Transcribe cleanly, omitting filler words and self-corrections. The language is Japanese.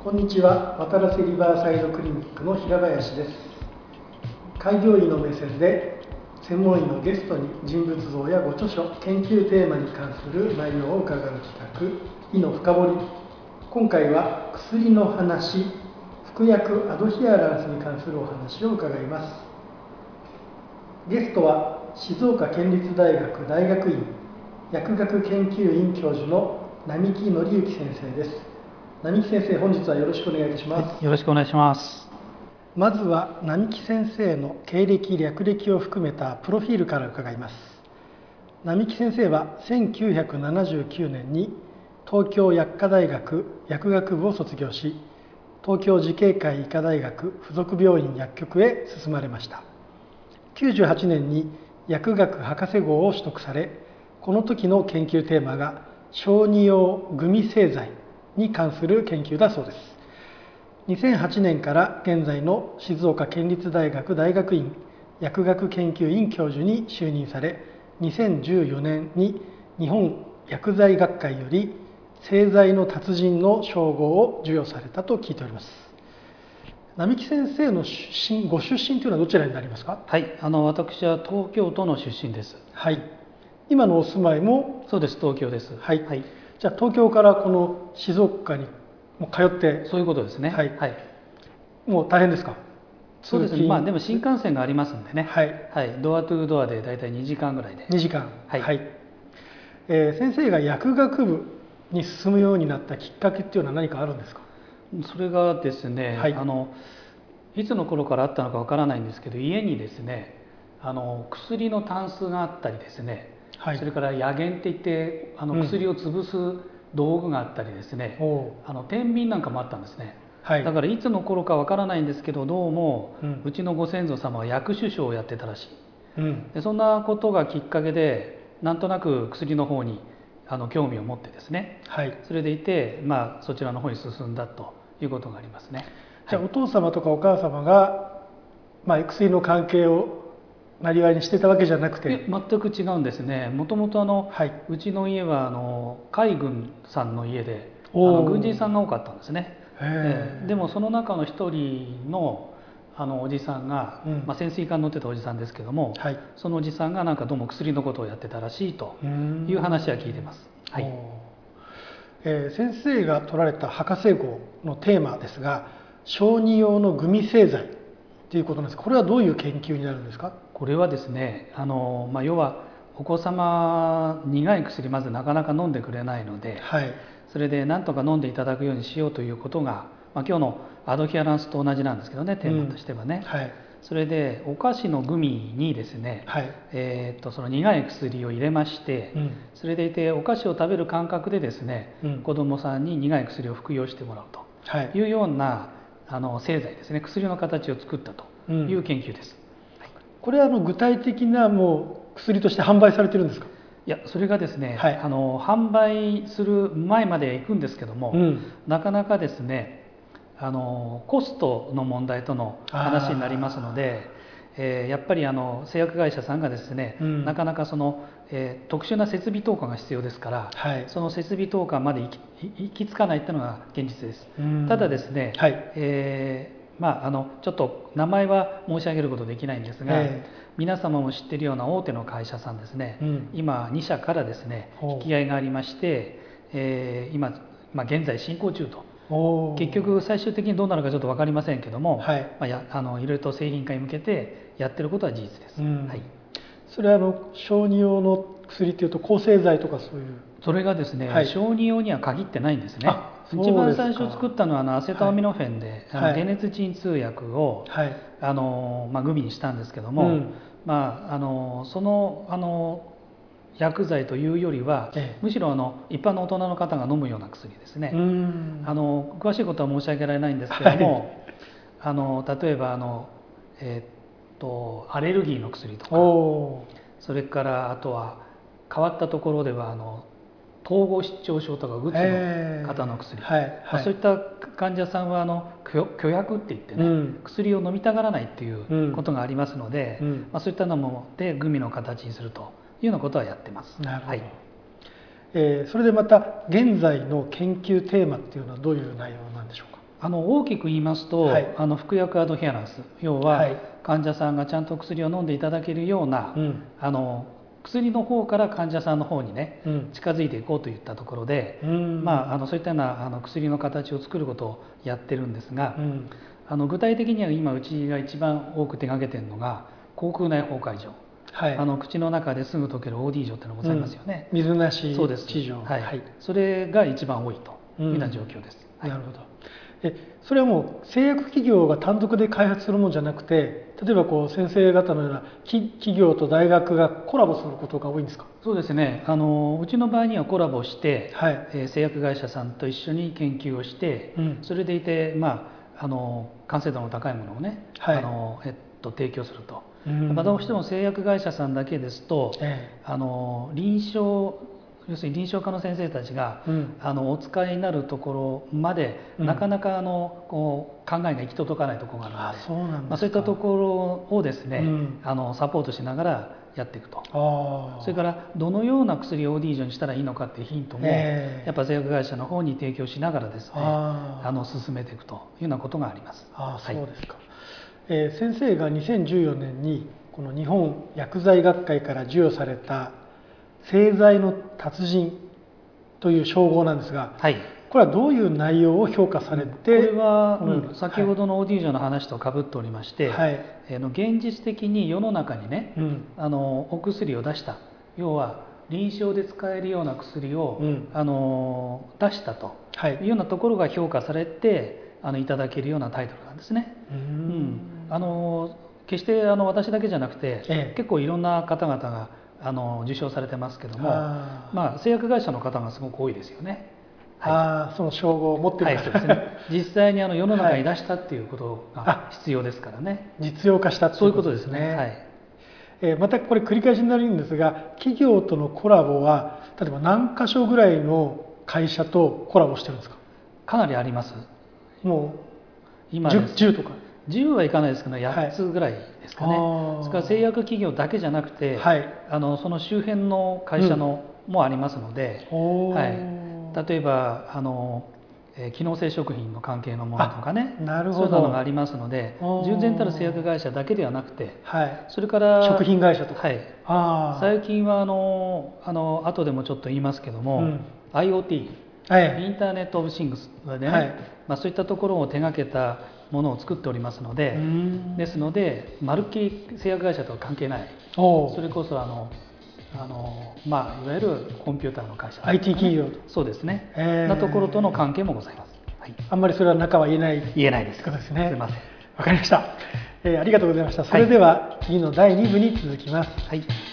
こんにちは。渡良瀬リバーサイドクリニックの平林です。開業医の目線で専門医のゲストに人物像やご著書、研究テーマに関する内容を伺う企画、医の深掘り。今回は薬の話、服薬アドヒアランスに関するお話を伺います。ゲストは静岡県立大学大学院薬学研究院教授の並木則之先生です。並木先生、本日はよろしくお願いいたします。 よろしくお願いします。 まずは並木先生の経歴・略歴を含めたプロフィールから伺います。並木先生は1979年に東京薬科大学薬学部を卒業し、東京慈恵会医科大学附属病院薬局へ進まれました。98年に薬学博士号を取得され、この時の研究テーマが小児用グミ製剤に関する研究だそうです。2008年から現在の静岡県立大学大学院薬学研究院教授に就任され、2014年に日本薬剤学会より製剤の達人の称号を授与されたと聞いております。並木先生のご出身というのはどちらになりますか？ はい、私は東京都の出身です。 はい。今のお住まいも？ そうです、東京です。 はい。じゃあ東京からこの静岡にも通って？ そういうことですね。 はい。もう大変ですか？ そうですね。でも新幹線がありますんでね。 はい。 ドアトゥードアでだいたい2時間ぐらいで。 2時間。 はい。 先生が薬学部に進むようになったきっかけっていうのは何かあるんですか？ それがですね、いつの頃からあったのかわからないんですけど、家にですね、薬のタンスがあったりですね、それから薬研っていって薬を潰す道具があったりですね、天秤なんかもあったんですね。だからいつの頃かわからないんですけど、どうもうちのご先祖様は薬種師をやってたらしい。でそんなことがきっかけでなんとなく薬の方に興味を持ってですね、それでいて、そちらの方に進んだということがありますね。 じゃあお父様とかお母様が、薬の関係をなりわいにしてたわけじゃなくて？ 全く違うんですね。もともとうちの家は海軍さんの家で軍人さんが多かったんですね。でもその中の一人のおじさんが、潜水艦乗ってたおじさんですけども、そのおじさんがなんかどうも薬のことをやってたらしいという話は聞いてます。 先生が取られた博士号のテーマですが、小児用のグミ製剤ということなんです。これはどういう研究になるんですか？ これはですね、要はお子様苦い薬まずなかなか飲んでくれないので、それで何とか飲んでいただくようにしようということが、今日のアドヒアランスと同じなんですけどね、テーマとしてはね。それでお菓子のグミにですね、その苦い薬を入れまして、それでいてお菓子を食べる感覚でですね、子どもさんに苦い薬を服用してもらうというような製剤ですね、薬の形を作ったという研究です。 これは具体的なもう薬として販売されてるんですか？ いや、それがですね、販売する前まで行くんですけども、なかなかですねコストの問題との話になりますので、やっぱり製薬会社さんがですね、なかなか特殊な設備投下が必要ですから、その設備投下まで行き着かないというのが現実です。ただですね、ちょっと名前は申し上げることできないんですが、皆様も知っているような大手の会社さんですね、今2社からですね引き合いがありまして、今、現在進行中と。結局最終的にどうなるかちょっと分かりませんけども、いろいろと製品化に向けてやってることは事実です。 それは小児用の薬というと抗生剤とかそういう？それがですね、小児用には限ってないんですね。一番最初作ったのはアセトアミノフェンで、解熱鎮痛薬を、グミにしたんですけども、その薬剤というよりは、むしろ一般の大人の方が飲むような薬ですね。詳しいことは申し上げられないんですけども、例えばアレルギーの薬とか、それからあとは変わったところでは統合失調症とかうつの方の薬、そういった患者さんは拒薬っていってね、薬を飲みたがらないっていうことがありますので、そういったのもでグミの形にするというようなことはやってます。 なるほど。それでまた現在の研究テーマっていうのはどういう内容なんでしょうか？ 大きく言いますと、 はい、 服薬アドヒアランス、要は患者さんがちゃんと薬を飲んでいただけるような、薬の方から患者さんの方にね、近づいていこうといったところで、そういったような薬の形を作ることをやってるんですが、具体的には今うちが一番多く手がけてるのが口腔内包塊錠、口の中ですぐ溶ける OD 錠っていうのがございますよね、 水なし治療、それが一番多いというような状況です。 なるほど。それはもう製薬企業が単独で開発するものじゃなくて、例えば先生方のような企業と大学がコラボすることが多いんですか？ そうですね、うちの場合にはコラボして、製薬会社さんと一緒に研究をして、それでいて、完成度の高いものをね、提供すると。どうしても製薬会社さんだけですと、要するに臨床科の先生たちが、お使いになるところまで、なかなか考えが行き届かないところがあるので、そういったところをですね、サポートしながらやっていくと。それからどのような薬を OD 錠にしたらいいのかっていうヒントも、やっぱ製薬会社の方に提供しながらですね、進めていくというようなことがあります。 そうですか。先生が2014年にこの日本薬剤学会から授与された製剤の達人という称号なんですが、これはどういう内容を評価されて、 これは先ほどの OD 錠の話とかぶっておりまして、現実的に世の中にね、お薬を出した、要は臨床で使えるような薬を、出したというようなところが評価されていただけるようなタイトルなんですね。決して私だけじゃなくて、結構いろんな方々が受賞されてますけども、製薬会社の方がすごく多いですよね。 その称号を持っている方、 そうですね。実際に世の中に出したっていうことが必要ですからね。 実用化したっていうことですね。またこれ繰り返しになるんですが、企業とのコラボは例えば何箇所ぐらいの会社とコラボしてるんですか？ かなりあります。 もう今 10とか 10はいかないですけど8つぐらいですかね。それから製薬企業だけじゃなくて、その周辺の会社のもありますので、例えば機能性食品の関係のものとかね、そういうのがありますので、純然たる製薬会社だけではなくて、それから食品会社とか、 最近は後でもちょっと言いますけども、IoT、インターネット・オブ・シングスでね、そういったところを手がけたものを作っておりますので、ですのでまるっきり製薬会社とは関係ない、それこそいわゆるコンピューターの会社、 IT 企業と、 そうですね、なところとの関係もございます。 あんまりそれは中は言えないです。 ことですね。 すいません。 わかりました。ありがとうございました。それでは次の第2部に続きます。